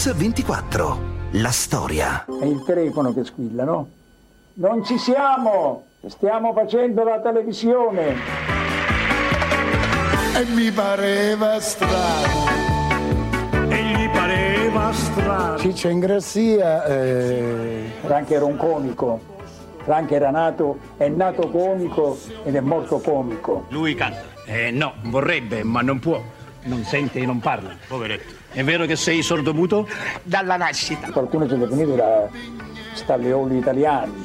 Mix24. La storia. È il telefono che squilla, no? Non ci siamo! Stiamo facendo la televisione! E mi pareva strano. E gli pareva strano. Ciccio Ingrassia. Frank era un comico. Frank è nato comico ed è morto comico. Lui canta. No, vorrebbe, ma non può. Non sente e non parla. Poveretto. È vero che sei sordomuto? Dalla nascita. Qualcuno ci ha definito da stalleoli italiani.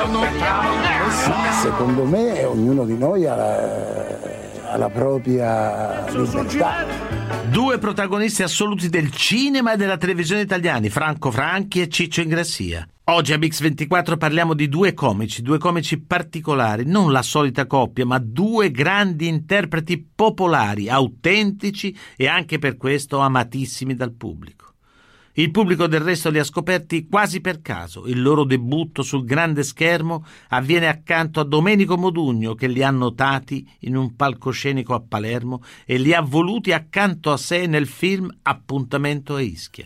Secondo me ognuno di noi ha la propria libertà. Due protagonisti assoluti del cinema e della televisione italiani, Franco Franchi e Ciccio Ingrassia. Oggi a Mix24 parliamo di due comici particolari, non la solita coppia, ma due grandi interpreti popolari, autentici e anche per questo amatissimi dal pubblico. Il pubblico del resto li ha scoperti quasi per caso. Il loro debutto sul grande schermo avviene accanto a Domenico Modugno, che li ha notati in un palcoscenico a Palermo e li ha voluti accanto a sé nel film Appuntamento a Ischia.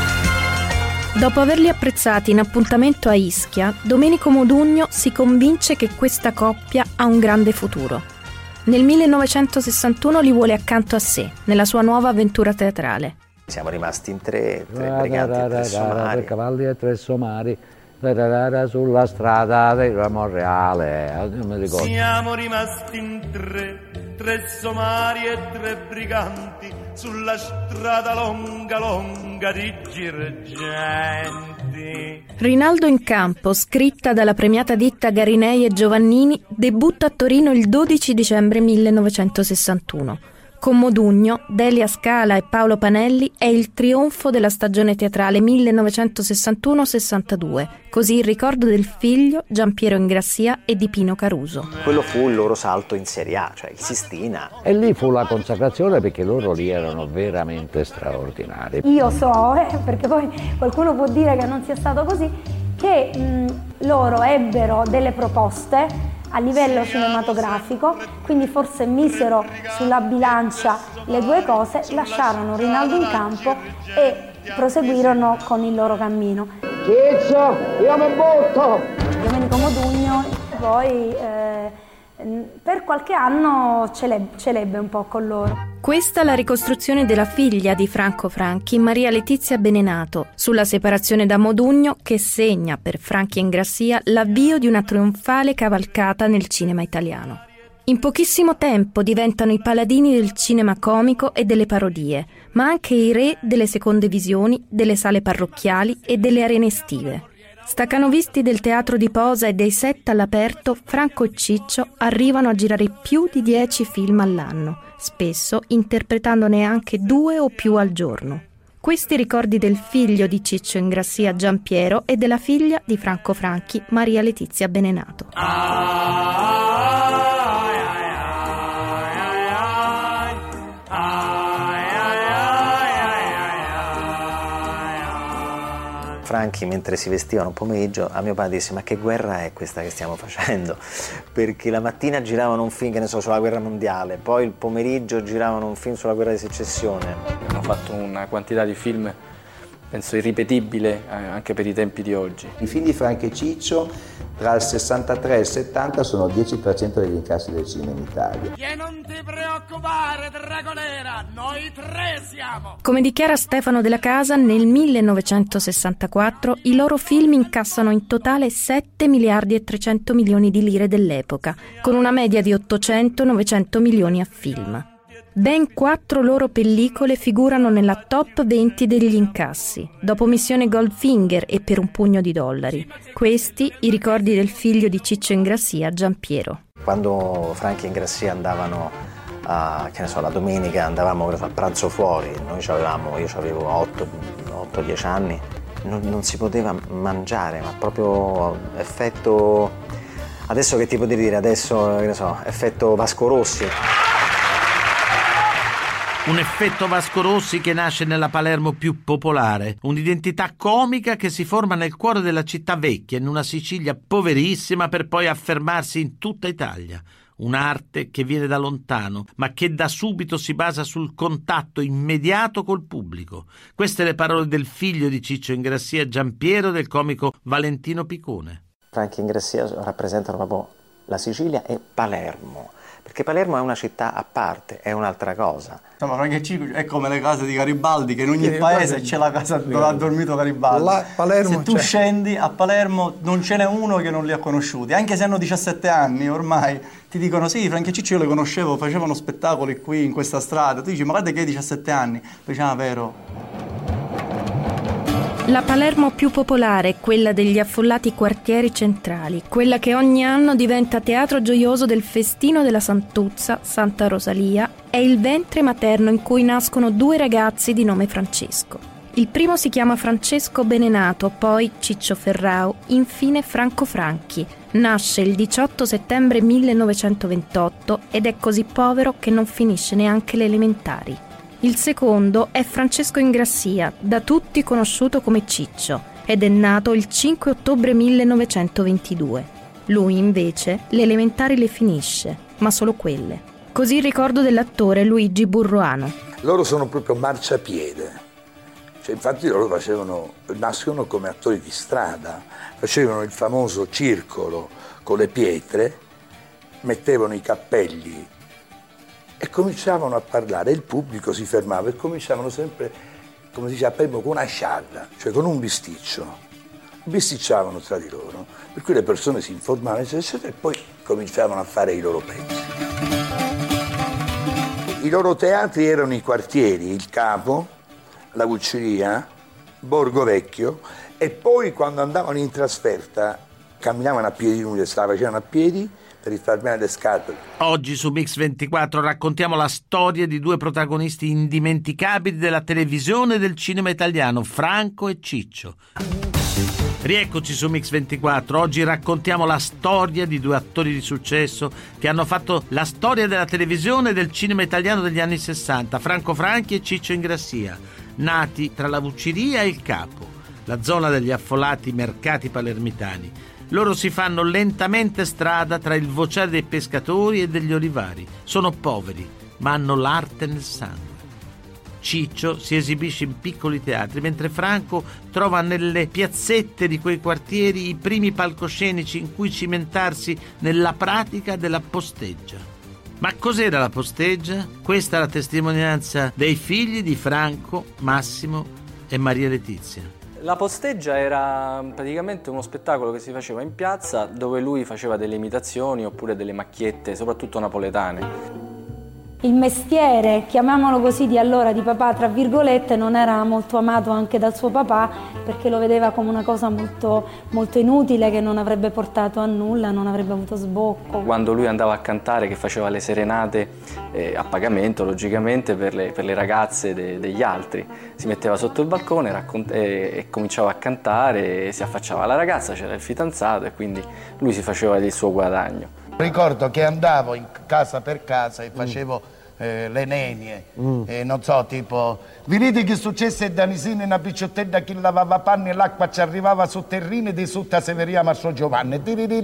Dopo averli apprezzati in Appuntamento a Ischia, Domenico Modugno si convince che questa coppia ha un grande futuro. Nel 1961 li vuole accanto a sé, nella sua nuova avventura teatrale. Siamo rimasti in tre briganti e tre somari. Tre cavalli e tre somari, sulla strada del Monreale, non mi ricordo. Siamo rimasti in tre somari e tre briganti, sulla strada longa di girgenti. Rinaldo in campo, scritta dalla premiata ditta Garinei e Giovannini, debutta a Torino il 12 dicembre 1961. Con Modugno, Delia Scala e Paolo Panelli è il trionfo della stagione teatrale 1961-62, così il ricordo del figlio Giampiero Ingrassia e di Pino Caruso. Quello fu il loro salto in Serie A, cioè il Sistina. E lì fu la consacrazione, perché loro lì erano veramente straordinari. Io so, perché poi qualcuno può dire che non sia stato così, che loro ebbero delle proposte a livello cinematografico, quindi forse misero sulla bilancia le due cose, lasciarono Rinaldo in campo e proseguirono con il loro cammino. Ciccio, io mi butto! Domenico Modugno poi per qualche anno ce l'ebbe un po' con loro. Questa è la ricostruzione della figlia di Franco Franchi, Maria Letizia Benenato, sulla separazione da Modugno, che segna per Franchi e Ingrassia l'avvio di una trionfale cavalcata nel cinema italiano. In pochissimo tempo diventano i paladini del cinema comico e delle parodie, ma anche i re delle seconde visioni, delle sale parrocchiali e delle arene estive. Stacanovisti del teatro di posa e dei set all'aperto, Franco e Ciccio arrivano a girare più di 10 film all'anno, spesso interpretandone anche 2 o più al giorno. Questi ricordi del figlio di Ciccio Ingrassia, Giampiero, e della figlia di Franco Franchi, Maria Letizia Benenato. Franchi, mentre si vestivano un pomeriggio, a mio padre disse: ma che guerra è questa che stiamo facendo? Perché la mattina giravano un film, che ne so, sulla guerra mondiale, poi il pomeriggio giravano un film sulla guerra di secessione. Hanno fatto una quantità di film, penso irripetibile anche per i tempi di oggi. I film di Franco e Ciccio tra il 63 e il 70 sono il 10% degli incassi del cinema in Italia. E non ti preoccupare, Dragonera, noi tre siamo! Come dichiara Stefano Della Casa, nel 1964 i loro film incassano in totale 7 miliardi e 300 milioni di lire dell'epoca, con una media di 800-900 milioni a film. Ben 4 loro pellicole figurano nella top 20 degli incassi, dopo Missione Goldfinger e Per un pugno di dollari. Questi i ricordi del figlio di Ciccio Ingrassia, Giampiero. Quando Franchi e Ingrassia andavano che ne so, la domenica andavamo a pranzo fuori, io avevo 8-10 anni, non si poteva mangiare, ma proprio effetto, adesso che ti potrei dire, adesso che ne so, effetto Vasco Rossi. Un effetto Vasco Rossi che nasce nella Palermo più popolare, un'identità comica che si forma nel cuore della città vecchia, in una Sicilia poverissima, per poi affermarsi in tutta Italia. un'arte che viene da lontano, ma che da subito si basa sul contatto immediato col pubblico. Queste le parole del figlio di Ciccio Ingrassia, Giampiero, del comico Valentino Picone. Franchi Ingrassia rappresentano proprio la Sicilia e Palermo, perché Palermo è una città a parte, è un'altra cosa. No, ma Franchi Ciccio è come le case di Garibaldi, che in ogni paese c'è la casa dove ha dormito Garibaldi. Se tu scendi a Palermo non ce n'è uno che non li ha conosciuti, anche se hanno 17 anni ormai, ti dicono sì, Franchi Ciccio io le conoscevo, facevano spettacoli qui in questa strada, tu dici ma guarda che hai 17 anni, diciamo vero. La Palermo più popolare è quella degli affollati quartieri centrali, quella che ogni anno diventa teatro gioioso del festino della Santuzza, Santa Rosalia, è il ventre materno in cui nascono 2 ragazzi di nome Francesco. Il primo si chiama Francesco Benenato, poi Ciccio Ferrao, infine Franco Franchi. Nasce il 18 settembre 1928 ed è così povero che non finisce neanche le elementari. Il secondo è Francesco Ingrassia, da tutti conosciuto come Ciccio, ed è nato il 5 ottobre 1922. Lui invece le elementari le finisce, ma solo quelle. Così il ricordo dell'attore Luigi Burroano. Loro sono proprio marciapiede, cioè, infatti loro nascono come attori di strada, facevano il famoso circolo con le pietre, mettevano i cappelli e cominciavano a parlare, il pubblico si fermava e cominciavano sempre, come si dice a Palermo, con una sciarra, cioè con un bisticcio. Bisticciavano tra di loro, per cui le persone si informavano eccetera, e poi cominciavano a fare i loro pezzi. I loro teatri erano i quartieri, il Capo, la Vucceria, Borgo Vecchio, e poi quando andavano in trasferta camminavano a piedi nudi, facevano a piedi per risparmiare le scarpe. Oggi su Mix24 raccontiamo la storia di 2 protagonisti indimenticabili della televisione e del cinema italiano, Franco e Ciccio. Rieccoci su Mix24. Oggi raccontiamo la storia di 2 attori di successo che hanno fatto la storia della televisione e del cinema italiano degli anni 60, Franco Franchi e Ciccio Ingrassia, nati tra la Vucceria e il Capo, la zona degli affollati mercati palermitani. Loro si fanno lentamente strada tra il vociare dei pescatori e degli olivari. Sono poveri, ma hanno l'arte nel sangue. Ciccio si esibisce in piccoli teatri, mentre Franco trova nelle piazzette di quei quartieri i primi palcoscenici in cui cimentarsi nella pratica della posteggia. Ma cos'era la posteggia? Questa è la testimonianza dei figli di Franco, Massimo e Maria Letizia. La posteggia era praticamente uno spettacolo che si faceva in piazza dove lui faceva delle imitazioni oppure delle macchiette, soprattutto napoletane. Il mestiere, chiamiamolo così, di allora di papà, tra virgolette, non era molto amato anche dal suo papà perché lo vedeva come una cosa molto, molto inutile che non avrebbe portato a nulla, non avrebbe avuto sbocco. Quando lui andava a cantare, che faceva le serenate a pagamento, logicamente, per le ragazze degli altri, si metteva sotto il balcone e cominciava a cantare e si affacciava alla ragazza, c'era il fidanzato e quindi lui si faceva il suo guadagno. Ricordo che andavo in casa per casa e facevo le nenie, non so, tipo vedete che successe da Nisino in una picciottella che lavava panni e l'acqua ci arrivava su terrine di sutta Severiano Mastro Giovanni.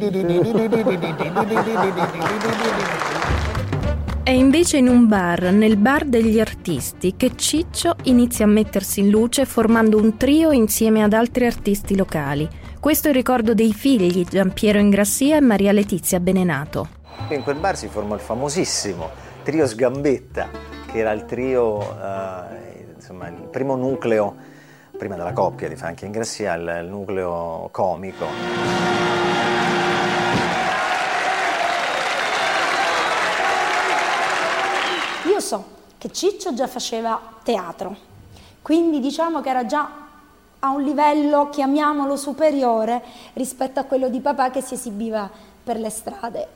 È invece in un bar, nel bar degli artisti, che Ciccio inizia a mettersi in luce formando un trio insieme ad altri artisti locali. Questo è il ricordo dei figli, Giampiero Ingrassia e Maria Letizia Benenato. In quel bar si formò il famosissimo trio Sgambetta, che era il trio, insomma, il primo nucleo, prima della coppia di Franchi Ingrassia, il nucleo comico. Io so che Ciccio già faceva teatro, quindi diciamo che era già a un livello, chiamiamolo, superiore rispetto a quello di papà che si esibiva per le strade.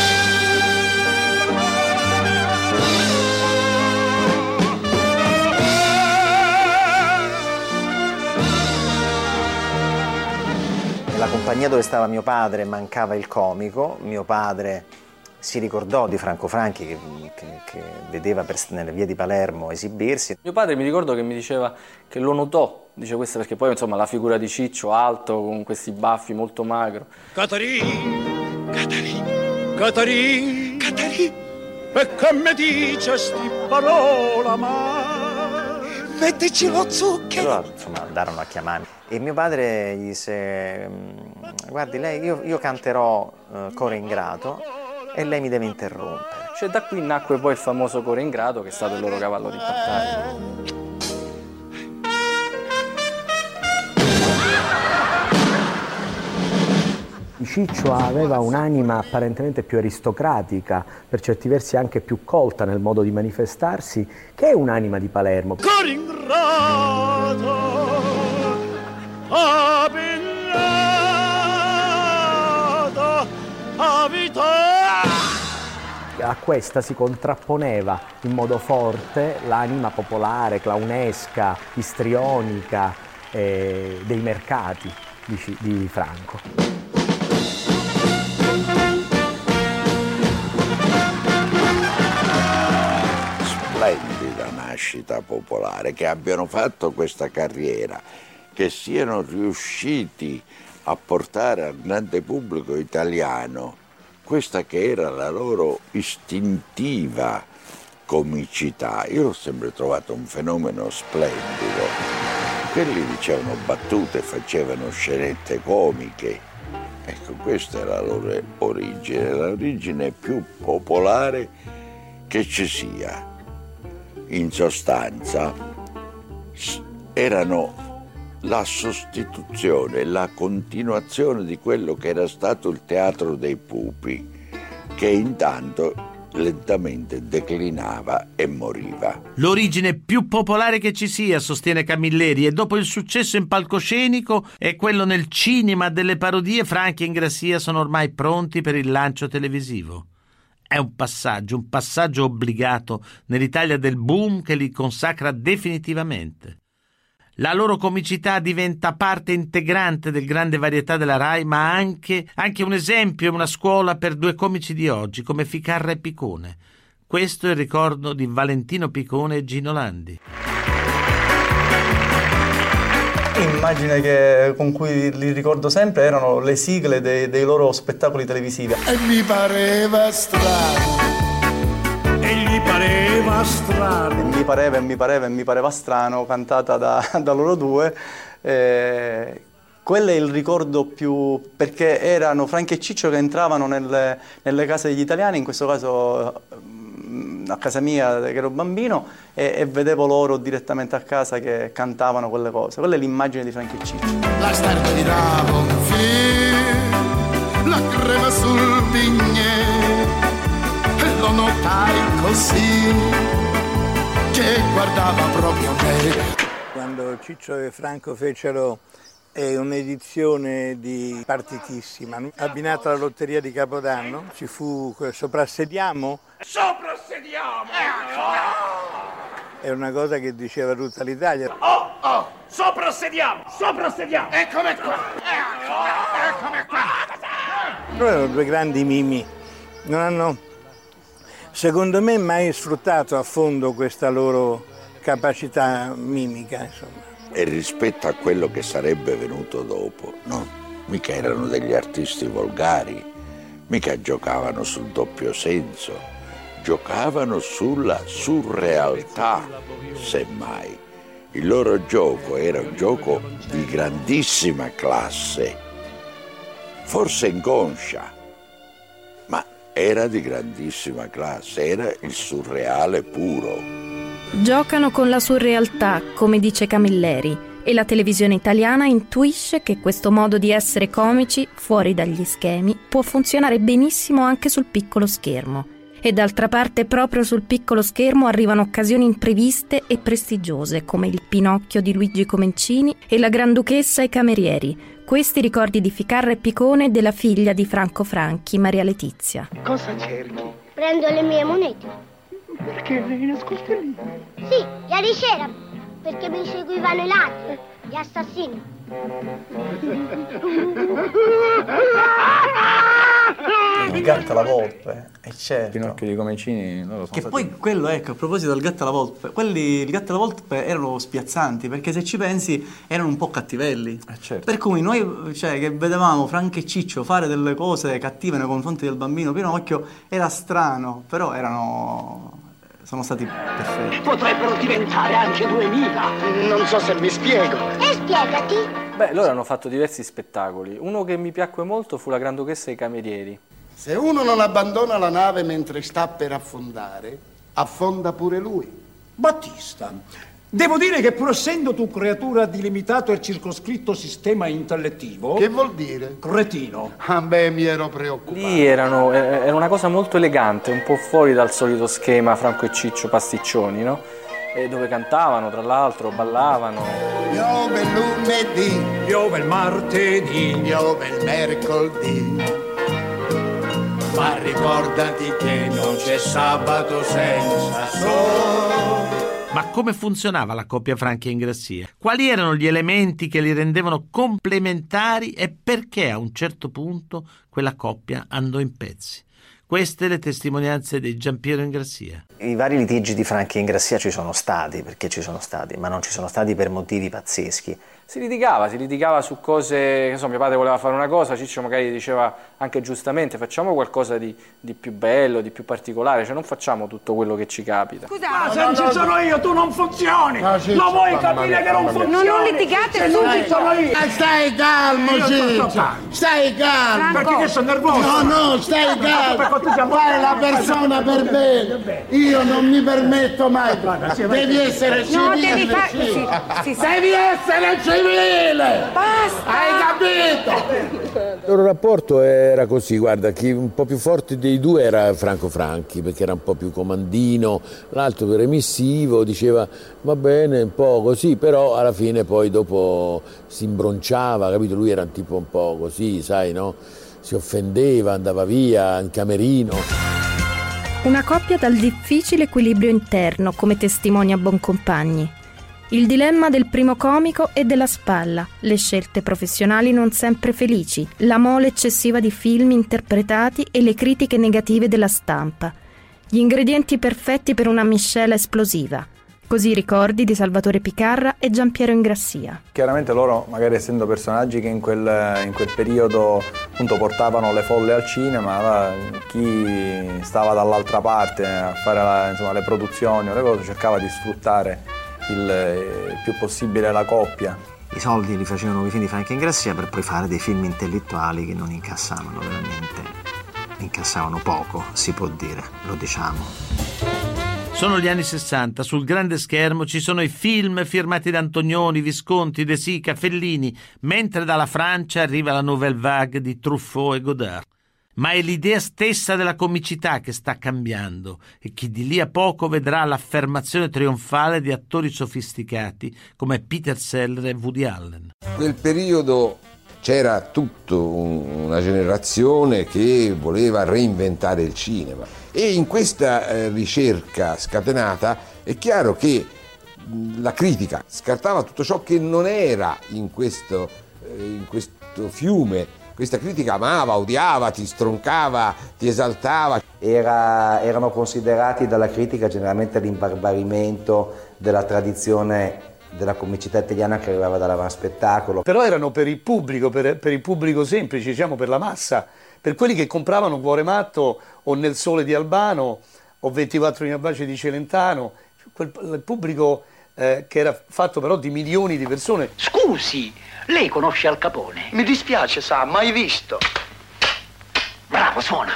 Nella compagnia dove stava mio padre mancava il comico, mio padre si ricordò di Franco Franchi che vedeva nelle vie di Palermo esibirsi. Mio padre mi ricordo che mi diceva che lo notò, dice questo perché poi insomma la figura di Ciccio alto con questi baffi molto magro. Catarin, Catarin, Catarin, Caterina, e che mi dice sti parola, ma mettici lo zucchero. Allora, insomma, andarono a chiamarmi e mio padre gli disse: guardi, lei, io canterò Coro Ingrato e lei mi deve interrompere. Cioè, da qui nacque poi il famoso Coro Ingrato, che è stato il loro cavallo di battaglia. Ciccio aveva un'anima apparentemente più aristocratica, per certi versi anche più colta nel modo di manifestarsi, che è un'anima di Palermo. Coro Ingrato, abbigliato, abitato. A questa si contrapponeva in modo forte l'anima popolare, clownesca, istrionica dei mercati di Franco. Splendida nascita popolare, che abbiano fatto questa carriera, che siano riusciti a portare al grande pubblico italiano questa che era la loro istintiva comicità. Io l'ho sempre trovato un fenomeno splendido. Quelli dicevano battute, facevano scenette comiche. Ecco, questa è la loro origine, l'origine più popolare che ci sia. In sostanza erano la sostituzione, la continuazione di quello che era stato il teatro dei pupi, che intanto lentamente declinava e moriva. L'origine più popolare che ci sia, sostiene Camilleri, e dopo il successo in palcoscenico è quello nel cinema delle parodie. Franchi e Ingrassia sono ormai pronti per il lancio televisivo. È un passaggio obbligato nell'Italia del boom che li consacra definitivamente. La loro comicità diventa parte integrante del grande varietà della Rai, ma anche un esempio e una scuola per due comici di oggi come Ficarra e Picone. Questo è il ricordo di Valentino Picone e Gino Landi. L'immagine con cui li ricordo sempre erano le sigle dei loro spettacoli televisivi. E mi pareva strano. E gli pareva strano. Mi pareva strano, cantata da loro due. Quello è il ricordo più, perché erano Franchi e Ciccio che entravano nelle case degli italiani, in questo caso a casa mia che ero bambino, e vedevo loro direttamente a casa che cantavano quelle cose. Quella è l'immagine di Franchi e Ciccio. La star tirava un fil, la crema sul vigneto, e lo notai così, che guardava proprio me. Quando Ciccio e Franco fecero un'edizione di Partitissima, abbinata alla lotteria di Capodanno, ci fu Soprassediamo. Soprassediamo! È una cosa che diceva tutta l'Italia. Oh, soprassediamo! Eccomi qua! Eccomi qua! Loro erano due grandi mimi, non hanno, secondo me, mai sfruttato a fondo questa loro capacità mimica, insomma. E rispetto a quello che sarebbe venuto dopo, no? Mica erano degli artisti volgari, mica giocavano sul doppio senso, giocavano sulla surrealtà, semmai. Il loro gioco era un gioco di grandissima classe, forse inconscia, ma era di grandissima classe, era il surreale puro. Giocano con la surrealtà, come dice Camilleri, e la televisione italiana intuisce che questo modo di essere comici, fuori dagli schemi, può funzionare benissimo anche sul piccolo schermo. E d'altra parte proprio sul piccolo schermo arrivano occasioni impreviste e prestigiose, come il Pinocchio di Luigi Comencini e la Granduchessa ai Camerieri. Questi ricordi di Ficarra e Picone della figlia di Franco Franchi, Maria Letizia. Cosa cerchi? Prendo le mie monete. Perché lei nascoste lì? Sì, ieri sera, perché mi seguivano i ladri, gli assassini. Il gatto e la volpe, certo. Pinocchio di Comecini, loro sono che stati... poi quello, ecco, a proposito del gatto e la volpe, il gatto e la volpe erano spiazzanti, perché se ci pensi erano un po' cattivelli. Certo. Per cui noi, cioè, che vedevamo Franco e Ciccio fare delle cose cattive nei confronti del bambino Pinocchio, era strano, però sono stati perfetti. Potrebbero diventare anche 2000. Non so se mi spiego. E spiegati. Beh, loro hanno fatto diversi spettacoli. Uno che mi piacque molto fu La Granduchessa e i Camerieri. Se uno non abbandona la nave mentre sta per affondare, affonda pure lui. Battista, devo dire che pur essendo tu creatura di limitato e circoscritto sistema intellettivo... Che vuol dire? Cretino. Ah beh, mi ero preoccupato. Lì era una cosa molto elegante, un po' fuori dal solito schema Franco e Ciccio pasticcioni, no? E dove cantavano, tra l'altro, ballavano. Piove il lunedì, piove il martedì, piove il mercoledì. Ma ricordati che non c'è sabato senza sole. Ma come funzionava la coppia Franchi e Ingrassia? Quali erano gli elementi che li rendevano complementari e perché a un certo punto quella coppia andò in pezzi? Queste le testimonianze di Giampiero Ingrassia. I vari litigi di Franchi e Ingrassia ci sono stati, perché ci sono stati, ma non ci sono stati per motivi pazzeschi. Si litigava su cose, insomma, mio padre voleva fare una cosa, Ciccio magari diceva anche giustamente facciamo qualcosa di più bello, di più particolare, cioè non facciamo tutto quello che ci capita. Scusa, ma se ci sono io tu non funzioni, lo vuoi capire che non funzioni? Non litigate subito. Stai calmo, Ciccio, stai calmo. Perché che sono nervoso? No, stai calmo, fai la persona per bene. Io non mi permetto mai, devi essere civile. No, devi devi essere civile. Basta! Hai capito? Il loro rapporto era così, guarda, chi un po' più forte dei due era Franco Franchi, perché era un po' più comandino, l'altro più remissivo, diceva va bene, un po' così, però alla fine poi dopo si imbronciava, capito? Lui era un tipo un po' così, sai, no? Si offendeva, andava via in camerino. Una coppia dal difficile equilibrio interno, come testimonia Boncompagni. Il dilemma del primo comico e della spalla, le scelte professionali non sempre felici, la mole eccessiva di film interpretati e le critiche negative della stampa. Gli ingredienti perfetti per una miscela esplosiva. Così i ricordi di Salvatore Picarra e Giampiero Ingrassia. Chiaramente loro, magari essendo personaggi che in quel periodo appunto portavano le folle al cinema, chi stava dall'altra parte a fare le produzioni o le cose cercava di sfruttare il più possibile la coppia. I soldi li facevano i film di Franchi e Ingrassia per poi fare dei film intellettuali che non incassavano veramente, incassavano poco, si può dire, lo diciamo. Sono gli anni 60, sul grande schermo ci sono i film firmati da Antonioni, Visconti, De Sica, Fellini, mentre dalla Francia arriva la Nouvelle Vague di Truffaut e Godard. Ma è l'idea stessa della comicità che sta cambiando e che di lì a poco vedrà l'affermazione trionfale di attori sofisticati come Peter Sellers e Woody Allen. In quel periodo c'era tutta una generazione che voleva reinventare il cinema e in questa ricerca scatenata è chiaro che la critica scartava tutto ciò che non era in questo fiume. Questa critica amava, odiava, ti stroncava, ti esaltava. Erano considerati dalla critica generalmente l'imbarbarimento della tradizione della comicità italiana che arrivava dall'avanspettacolo. Però erano per il pubblico, per il pubblico semplice, diciamo per la massa, per quelli che compravano Cuore Matto o Nel Sole di Albano o 24 in Abace di Celentano, il pubblico che era fatto però di milioni di persone. Scusi, lei conosce Al Capone? Mi dispiace, sa, mai visto. Bravo, suona.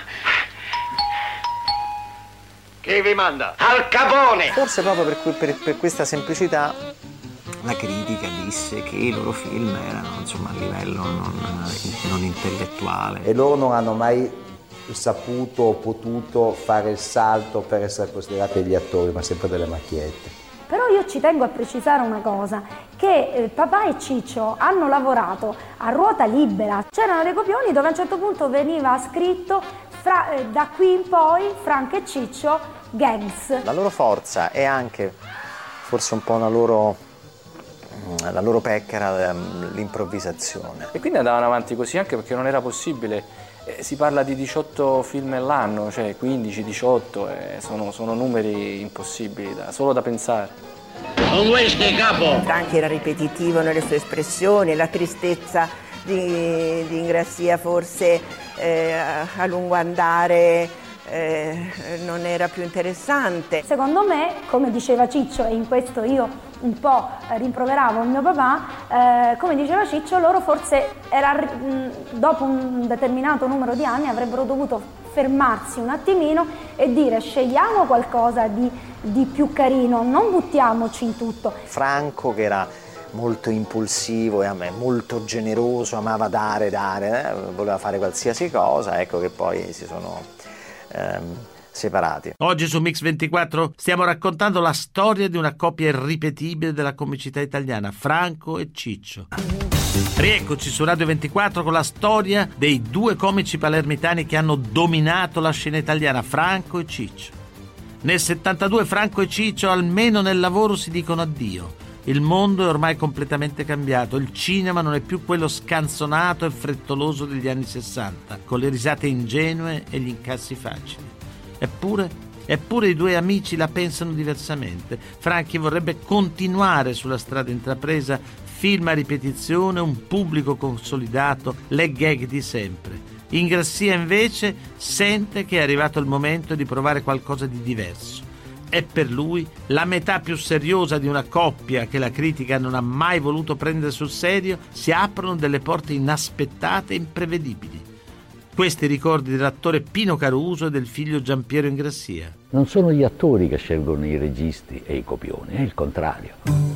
Chi vi manda? Al Capone! Forse proprio per questa semplicità la critica disse che i loro film erano insomma a livello non intellettuale. E loro non hanno mai saputo o potuto fare il salto per essere considerati degli attori, ma sempre delle macchiette. Però io ci tengo a precisare una cosa, che papà e Ciccio hanno lavorato a ruota libera. C'erano dei copioni dove a un certo punto veniva scritto da qui in poi Franco e Ciccio gags. La loro forza è anche forse un po' la loro pecca era l'improvvisazione. E quindi andavano avanti così anche perché non era possibile Si parla di 18 film all'anno, cioè 15, 18, sono numeri impossibili solo da pensare. Con questi, capo! Franchi era ripetitivo nelle sue espressioni, la tristezza di Ingrassia forse a lungo andare non era più interessante. Secondo me, come diceva Ciccio, e in questo io un po' rimproveravo il mio papà, come diceva Ciccio, loro forse dopo un determinato numero di anni avrebbero dovuto fermarsi un attimino e dire: scegliamo qualcosa di più carino, non buttiamoci in tutto. Franco, che era molto impulsivo e molto generoso, amava dare, voleva fare qualsiasi cosa, ecco che poi si sono separati. Oggi su Mix24 stiamo raccontando la storia di una coppia irripetibile della comicità italiana, Franco e Ciccio. Rieccoci su Radio 24 con la storia dei due comici palermitani che hanno dominato la scena italiana, Franco e Ciccio. Nel 72 Franco e Ciccio, almeno nel lavoro, si dicono addio. Il mondo è ormai completamente cambiato, il cinema non è più quello scanzonato e frettoloso degli anni 60, con le risate ingenue e gli incassi facili. Eppure i due amici la pensano diversamente. Franchi vorrebbe continuare sulla strada intrapresa, film a ripetizione, un pubblico consolidato, le gag di sempre. Ingrassia invece sente che è arrivato il momento di provare qualcosa di diverso. È per lui la metà più seriosa di una coppia che la critica non ha mai voluto prendere sul serio. Si aprono delle porte inaspettate e imprevedibili. Questi ricordi dell'attore Pino Caruso e del figlio Giampiero Ingrassia. Non sono gli attori che scelgono i registi e i copioni, è il contrario.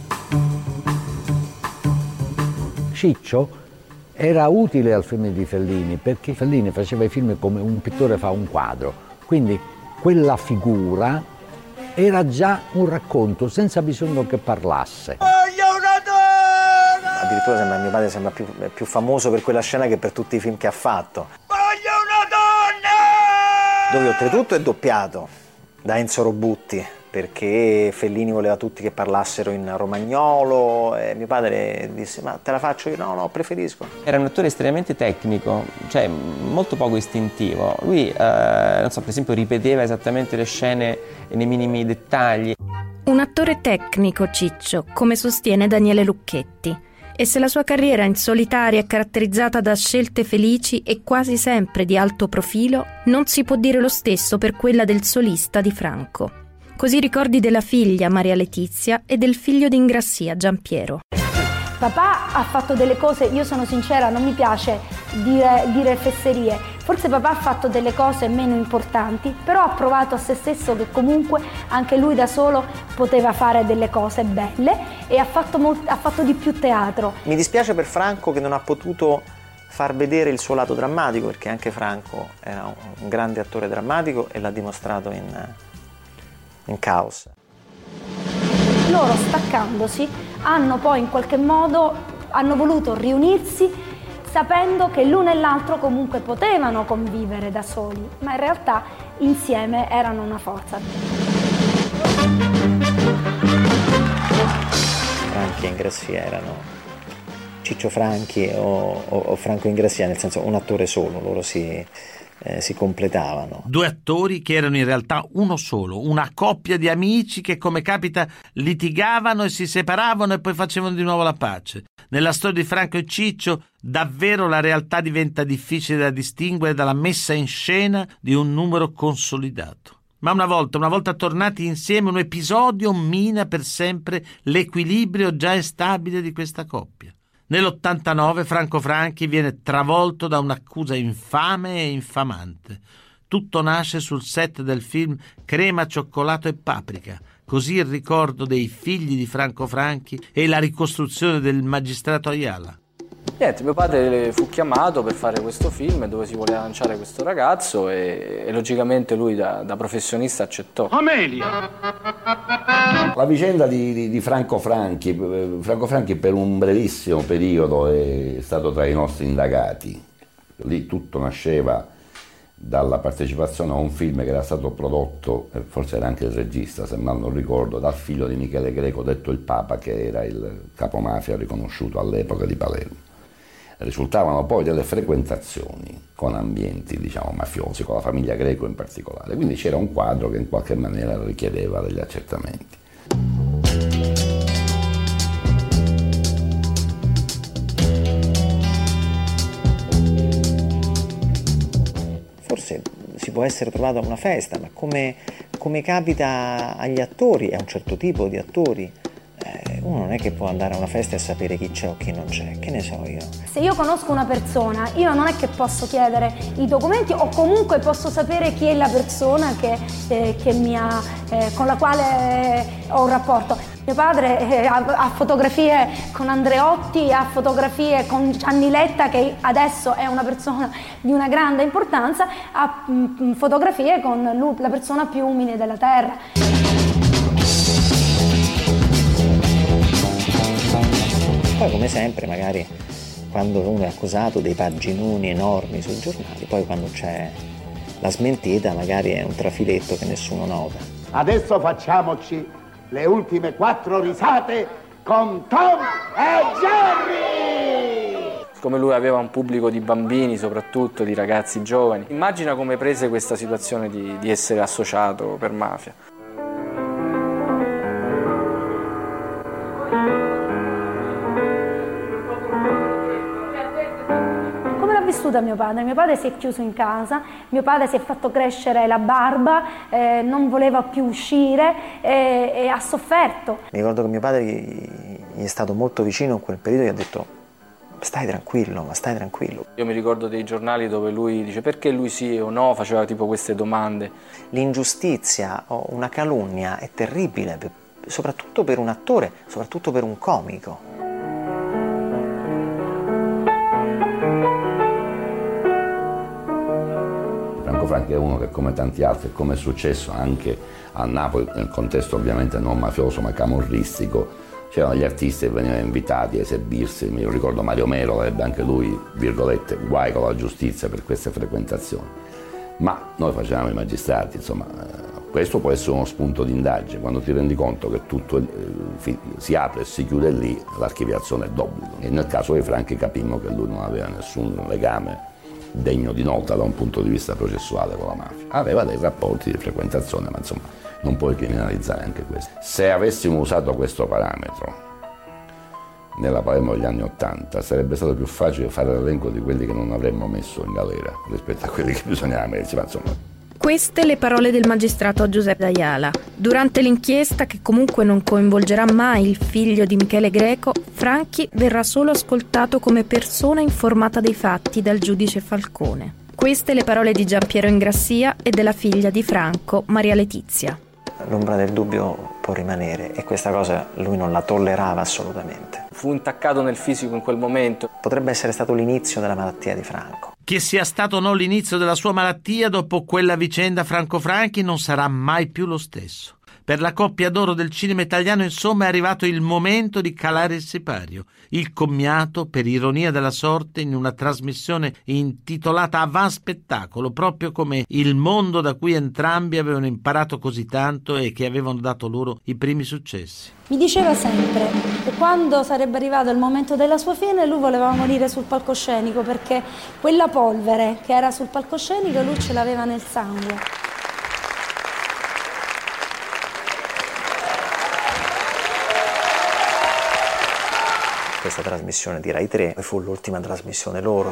Ciccio era utile al film di Fellini perché Fellini faceva i film come un pittore fa un quadro, quindi quella figura era già un racconto senza bisogno che parlasse. Addirittura mio padre sembra più famoso per quella scena che per tutti i film che ha fatto. Voglio una donna! Dove oltretutto è doppiato da Enzo Robutti, perché Fellini voleva tutti che parlassero in romagnolo e mio padre disse: ma te la faccio io? No, preferisco. Era un attore estremamente tecnico, cioè molto poco istintivo. Lui, non so, per esempio ripeteva esattamente le scene nei minimi dettagli. Un attore tecnico, Ciccio, come sostiene Daniele Lucchetti. E se la sua carriera in solitaria è caratterizzata da scelte felici e quasi sempre di alto profilo, non si può dire lo stesso per quella del solista di Franco. Così ricordi della figlia Maria Letizia e del figlio di Ingrassia, Giampiero. Papà ha fatto delle cose, io sono sincera, non mi piace dire fesserie, forse papà ha fatto delle cose meno importanti, però ha provato a se stesso che comunque anche lui da solo poteva fare delle cose belle e ha fatto di più teatro. Mi dispiace per Franco che non ha potuto far vedere il suo lato drammatico, perché anche Franco era un grande attore drammatico e l'ha dimostrato in Caos. Loro, staccandosi, hanno poi in qualche modo voluto riunirsi sapendo che l'uno e l'altro comunque potevano convivere da soli, ma in realtà insieme erano una forza. Franchi e Ingrassia erano Ciccio Franchi o Franco Ingrassia, nel senso un attore solo, loro si completavano. Due attori che erano in realtà uno solo, una coppia di amici che, come capita, litigavano e si separavano e poi facevano di nuovo la pace. Nella storia di Franco e Ciccio davvero la realtà diventa difficile da distinguere dalla messa in scena di un numero consolidato. Ma una volta tornati insieme, un episodio mina per sempre l'equilibrio già instabile di questa coppia. Nell'89 Franco Franchi viene travolto da un'accusa infame e infamante. Tutto nasce sul set del film Crema, cioccolato e paprika, così il ricordo dei figli di Franco Franchi e la ricostruzione del magistrato Ayala. Niente, mio padre fu chiamato per fare questo film dove si voleva lanciare questo ragazzo e logicamente lui da professionista accettò. Amelia! La vicenda di Franco Franchi per un brevissimo periodo è stato tra i nostri indagati. Lì tutto nasceva dalla partecipazione a un film che era stato prodotto, forse era anche il regista se mal non ricordo, dal figlio di Michele Greco, detto il Papa, che era il capomafia riconosciuto all'epoca di Palermo. risultavano poi delle frequentazioni con ambienti, diciamo, mafiosi, con la famiglia Greco in particolare. Quindi c'era un quadro che in qualche maniera richiedeva degli accertamenti. Forse si può essere trovato a una festa, ma come capita agli attori, a un certo tipo di attori, uno non è che può andare a una festa e sapere chi c'è o chi non c'è, che ne so io. Se io conosco una persona, io non è che posso chiedere i documenti o comunque posso sapere chi è la persona con la quale ho un rapporto. Mio padre ha fotografie con Andreotti, ha fotografie con Gianni Letta, che adesso è una persona di una grande importanza, ha fotografie con la persona più umile della terra. Poi come sempre magari quando uno è accusato dei paginoni enormi sui giornali, poi quando c'è la smentita magari è un trafiletto che nessuno nota. Adesso facciamoci le ultime 4 risate con Tom e Jerry! Siccome lui aveva un pubblico di bambini, soprattutto di ragazzi giovani, immagina come prese questa situazione di essere associato per mafia. Vissuta mio padre si è chiuso in casa, mio padre si è fatto crescere la barba, non voleva più uscire e ha sofferto. Mi ricordo che mio padre gli è stato molto vicino in quel periodo e gli ha detto stai tranquillo, ma stai tranquillo. Io mi ricordo dei giornali dove lui dice perché lui sì o no, faceva tipo queste domande. L'ingiustizia o una calunnia è terribile, soprattutto per un attore, soprattutto per un comico. Franco Franchi è uno che, come tanti altri, come è successo anche a Napoli, nel contesto ovviamente non mafioso ma camorristico, c'erano gli artisti che venivano invitati a esibirsi. Mi ricordo Mario Mero avrebbe anche lui, virgolette, guai con la giustizia per queste frequentazioni. Ma noi facevamo i magistrati, insomma, questo può essere uno spunto di indagine. Quando ti rendi conto che tutto si apre e si chiude lì, l'archiviazione è d'obbligo. E nel caso dei Franchi capimmo che lui non aveva nessun legame degno di nota da un punto di vista processuale con la mafia. Aveva dei rapporti di frequentazione, ma insomma non puoi criminalizzare anche questo. Se avessimo usato questo parametro nella Palermo degli anni '80 sarebbe stato più facile fare l'elenco di quelli che non avremmo messo in galera rispetto a quelli che bisognava metterci, ma insomma. Queste le parole del magistrato Giuseppe D'Aiala. Durante l'inchiesta, che comunque non coinvolgerà mai il figlio di Michele Greco, Franchi verrà solo ascoltato come persona informata dei fatti dal giudice Falcone. Queste le parole di Giampiero Ingrassia e della figlia di Franco, Maria Letizia. L'ombra del dubbio può rimanere e questa cosa lui non la tollerava assolutamente. Fu intaccato nel fisico in quel momento. Potrebbe essere stato l'inizio della malattia di Franco. Che sia stato o no l'inizio della sua malattia, dopo quella vicenda Franco Franchi non sarà mai più lo stesso. Per la coppia d'oro del cinema italiano, insomma, è arrivato il momento di calare il sipario. Il commiato, per ironia della sorte, in una trasmissione intitolata Avant Spettacolo, proprio come il mondo da cui entrambi avevano imparato così tanto e che avevano dato loro i primi successi. Mi diceva sempre che quando sarebbe arrivato il momento della sua fine lui voleva morire sul palcoscenico, perché quella polvere che era sul palcoscenico lui ce l'aveva nel sangue. Questa trasmissione di Rai 3 fu l'ultima trasmissione loro.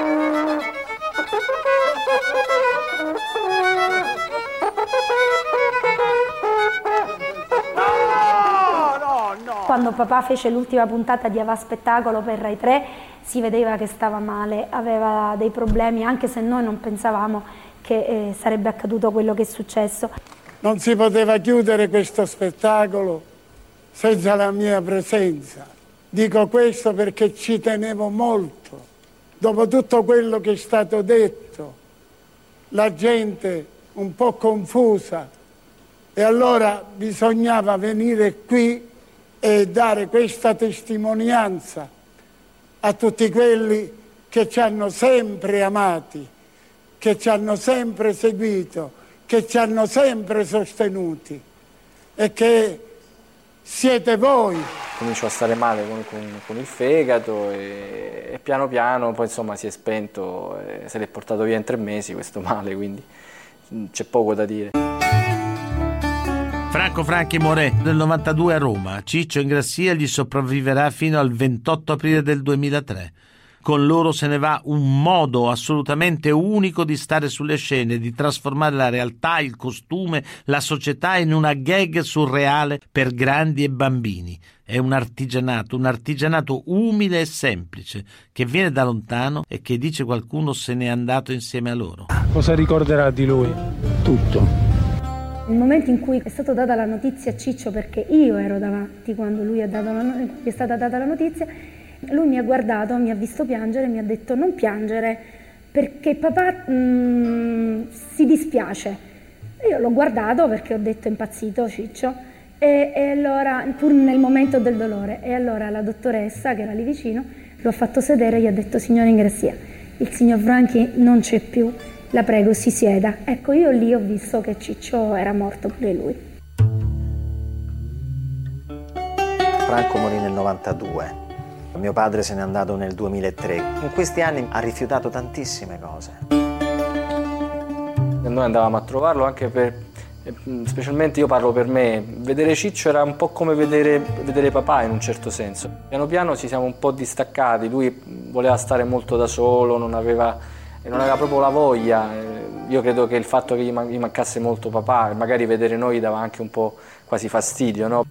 Quando papà fece l'ultima puntata di Avant Spettacolo per Rai 3 si vedeva che stava male, aveva dei problemi, anche se noi non pensavamo che sarebbe accaduto quello che è successo. Non si poteva chiudere questo spettacolo senza la mia presenza. Dico questo perché ci tenevo molto. Dopo tutto quello che è stato detto, la gente un po' confusa, e allora bisognava venire qui e dare questa testimonianza a tutti quelli che ci hanno sempre amati, che ci hanno sempre seguito, che ci hanno sempre sostenuti, e che siete voi cominciò a stare male con il fegato e piano piano poi insomma si è spento, se l'è portato via in 3 mesi questo male, quindi c'è poco da dire. Franco Franchi muore nel 92 a Roma. Ciccio Ingrassia gli sopravviverà fino al 28 aprile del 2003. Con loro se ne va un modo assolutamente unico di stare sulle scene, di trasformare la realtà, il costume, la società in una gag surreale per grandi e bambini. È un artigianato umile e semplice, che viene da lontano e che, dice qualcuno, se n'è andato insieme a loro. Cosa ricorderà di lui? Tutto. Il momento in cui è stata data la notizia a Ciccio, perché io ero davanti quando lui è stata data la notizia, lui mi ha guardato, mi ha visto piangere e mi ha detto: non piangere perché papà si dispiace. Io l'ho guardato perché ho detto: è impazzito Ciccio, e allora, pur nel momento del dolore, e allora la dottoressa che era lì vicino lo ha fatto sedere e gli ha detto: signor Ingrassia, il signor Franchi non c'è più, la prego si sieda. Ecco, io lì ho visto che Ciccio era morto pure lui. Franco morì nel 92. Mio padre se n'è andato nel 2003. In questi anni ha rifiutato tantissime cose. Noi andavamo a trovarlo anche specialmente io parlo per me, vedere Ciccio era un po' come vedere papà in un certo senso. Piano piano ci siamo un po' distaccati, lui voleva stare molto da solo, non aveva proprio la voglia. Io credo che il fatto che gli mancasse molto papà, magari vedere noi dava anche un po' quasi fastidio, no?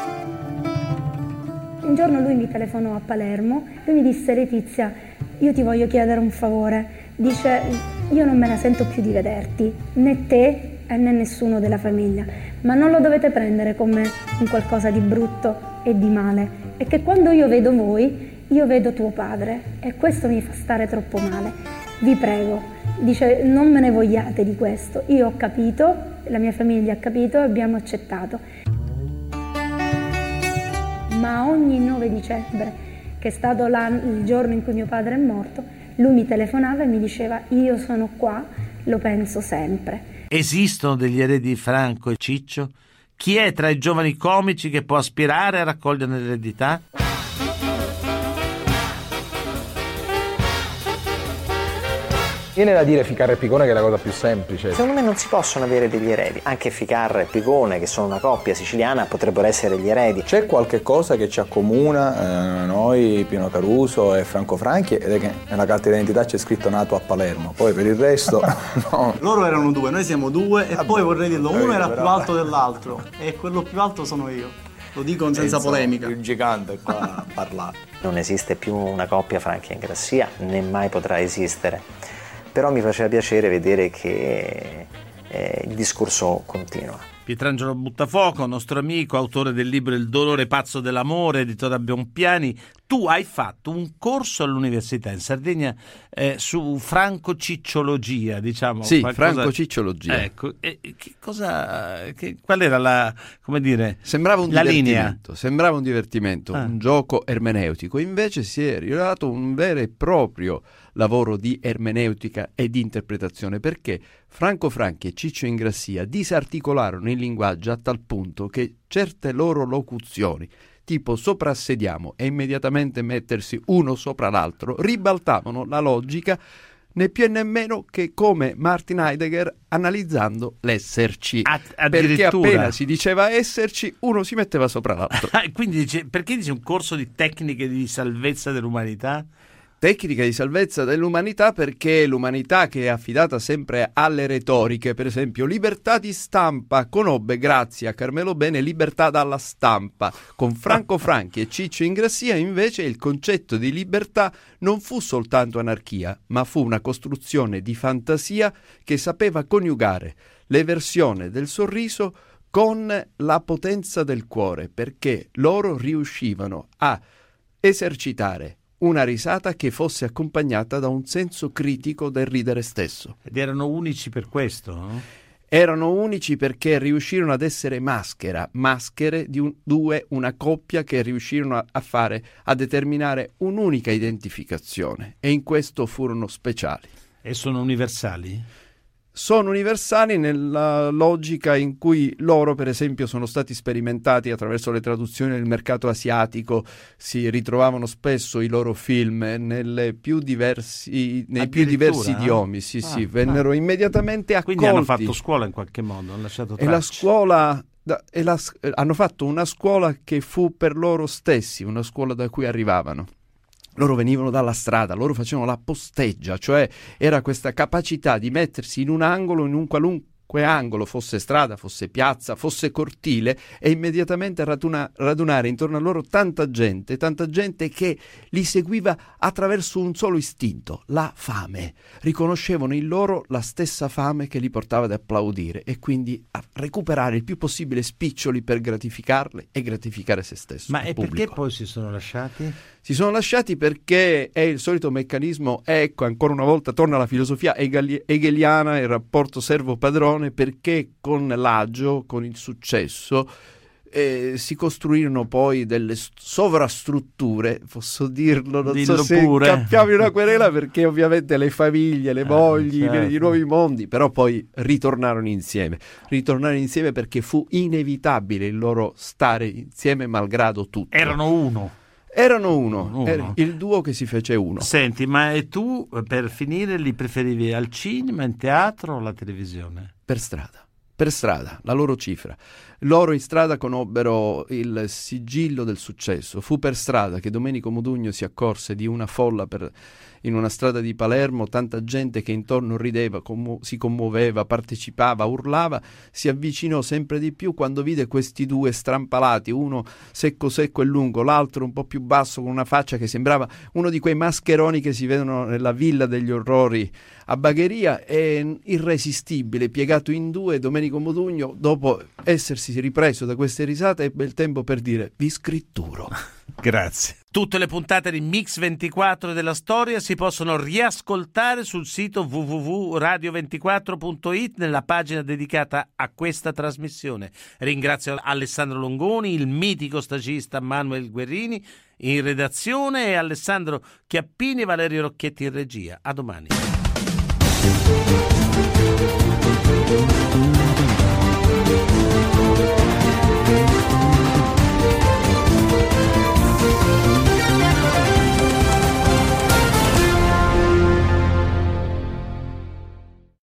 Un giorno lui mi telefonò a Palermo, lui mi disse: Letizia, io ti voglio chiedere un favore. Dice: io non me la sento più di vederti, né te né nessuno della famiglia, ma non lo dovete prendere come un qualcosa di brutto e di male. E che quando io vedo voi, io vedo tuo padre e questo mi fa stare troppo male. Vi prego, dice, non me ne vogliate di questo. Io ho capito, la mia famiglia ha capito e abbiamo accettato. Ma ogni 9 dicembre, che è stato il giorno in cui mio padre è morto, lui mi telefonava e mi diceva: io sono qua, lo penso sempre. Esistono degli eredi di Franco e Ciccio? Chi è tra i giovani comici che può aspirare a raccogliere l'eredità? Viene da dire Ficarra e Picone che è la cosa più semplice. Secondo me non si possono avere degli eredi. Anche Ficarra e Picone, che sono una coppia siciliana, potrebbero essere gli eredi. C'è qualche cosa che ci accomuna noi, Pino Caruso e Franco Franchi, ed è che nella carta d'identità c'è scritto nato a Palermo. Poi per il resto no. Loro erano 2, noi siamo 2 e poi vorrei dirlo, uno era più alto dell'altro e quello più alto sono io. Lo dico senza polemica. Il gigante qua a parlare. Non esiste più una coppia Franchi e Ingrassia, né mai potrà esistere. Però mi faceva piacere vedere che il discorso continua. Pietrangelo Buttafuoco, nostro amico, autore del libro Il dolore pazzo dell'amore, editore a Bonpiani. Tu hai fatto un corso all'università in Sardegna su francocicciologia, diciamo. Sì, qualcosa... francocicciologia. Ecco, qual era la, come dire, sembrava un la divertimento, linea? Sembrava un divertimento, un gioco ermeneutico. Invece si è rivelato un vero e proprio lavoro di ermeneutica e di interpretazione, perché Franco Franchi e Ciccio Ingrassia disarticolarono il linguaggio a tal punto che certe loro locuzioni, tipo soprassediamo e immediatamente mettersi uno sopra l'altro, ribaltavano la logica né più né meno che come Martin Heidegger analizzando l'esserci. Perché appena si diceva esserci, uno si metteva sopra l'altro. Quindi perché dice un corso di tecniche di salvezza dell'umanità? Tecnica di salvezza dell'umanità, perché l'umanità, che è affidata sempre alle retoriche, per esempio libertà di stampa, conobbe grazie a Carmelo Bene libertà dalla stampa. Con Franco Franchi e Ciccio Ingrassia invece il concetto di libertà non fu soltanto anarchia, ma fu una costruzione di fantasia che sapeva coniugare l'eversione del sorriso con la potenza del cuore, perché loro riuscivano a esercitare una risata che fosse accompagnata da un senso critico del ridere stesso. Ed erano unici per questo, no? Erano unici perché riuscirono ad essere maschere di una coppia che riuscirono a determinare un'unica identificazione, e in questo furono speciali. E sono universali? sono universali nella logica in cui loro, per esempio, sono stati sperimentati attraverso le traduzioni nel mercato asiatico, si ritrovavano spesso i loro film nei più diversi idiomi, sì, vennero immediatamente accolti. Quindi hanno fatto scuola in qualche modo, hanno lasciato tracce. E la scuola... hanno fatto una scuola che fu per loro stessi, una scuola da cui arrivavano. Loro venivano dalla strada, loro facevano la posteggia, cioè era questa capacità di mettersi in un angolo, in un qualunque angolo, fosse strada, fosse piazza, fosse cortile, e immediatamente radunare intorno a loro tanta gente che li seguiva attraverso un solo istinto, la fame. Riconoscevano in loro la stessa fame che li portava ad applaudire e quindi a recuperare il più possibile spiccioli per gratificarle e gratificare se stesso. Ma e perché poi si sono lasciati? Si sono lasciati perché è il solito meccanismo, ecco, ancora una volta torna la filosofia hegeliana, il rapporto servo-padrone, perché con l'agio, con il successo, si costruirono poi delle sovrastrutture, posso dirlo, non so se cappiamo una querela, perché ovviamente le famiglie, le mogli, certo, i nuovi mondi, però poi ritornarono insieme perché fu inevitabile il loro stare insieme malgrado tutto. Erano uno. Era il duo che si fece uno. Senti, ma e tu, per finire, li preferivi al cinema, in teatro o alla televisione? Per strada, la loro cifra. Loro in strada conobbero il sigillo del successo. Fu per strada che Domenico Modugno si accorse di una folla in una strada di Palermo, tanta gente che intorno rideva, si commuoveva, partecipava, urlava. Si avvicinò sempre di più quando vide questi due strampalati, uno secco e lungo, l'altro un po' più basso, con una faccia che sembrava uno di quei mascheroni che si vedono nella Villa degli Orrori a Bagheria, e irresistibile, piegato in due, Domenico Modugno, dopo essersi ripreso da queste risate, ebbe il tempo per dire: vi scritturo. Grazie. Tutte le puntate di Mix24 della storia si possono riascoltare sul sito www.radio24.it nella pagina dedicata a questa trasmissione. Ringrazio Alessandro Longoni, il mitico stagista Manuel Guerrini in redazione e Alessandro Chiappini e Valerio Rocchetti in regia. A domani.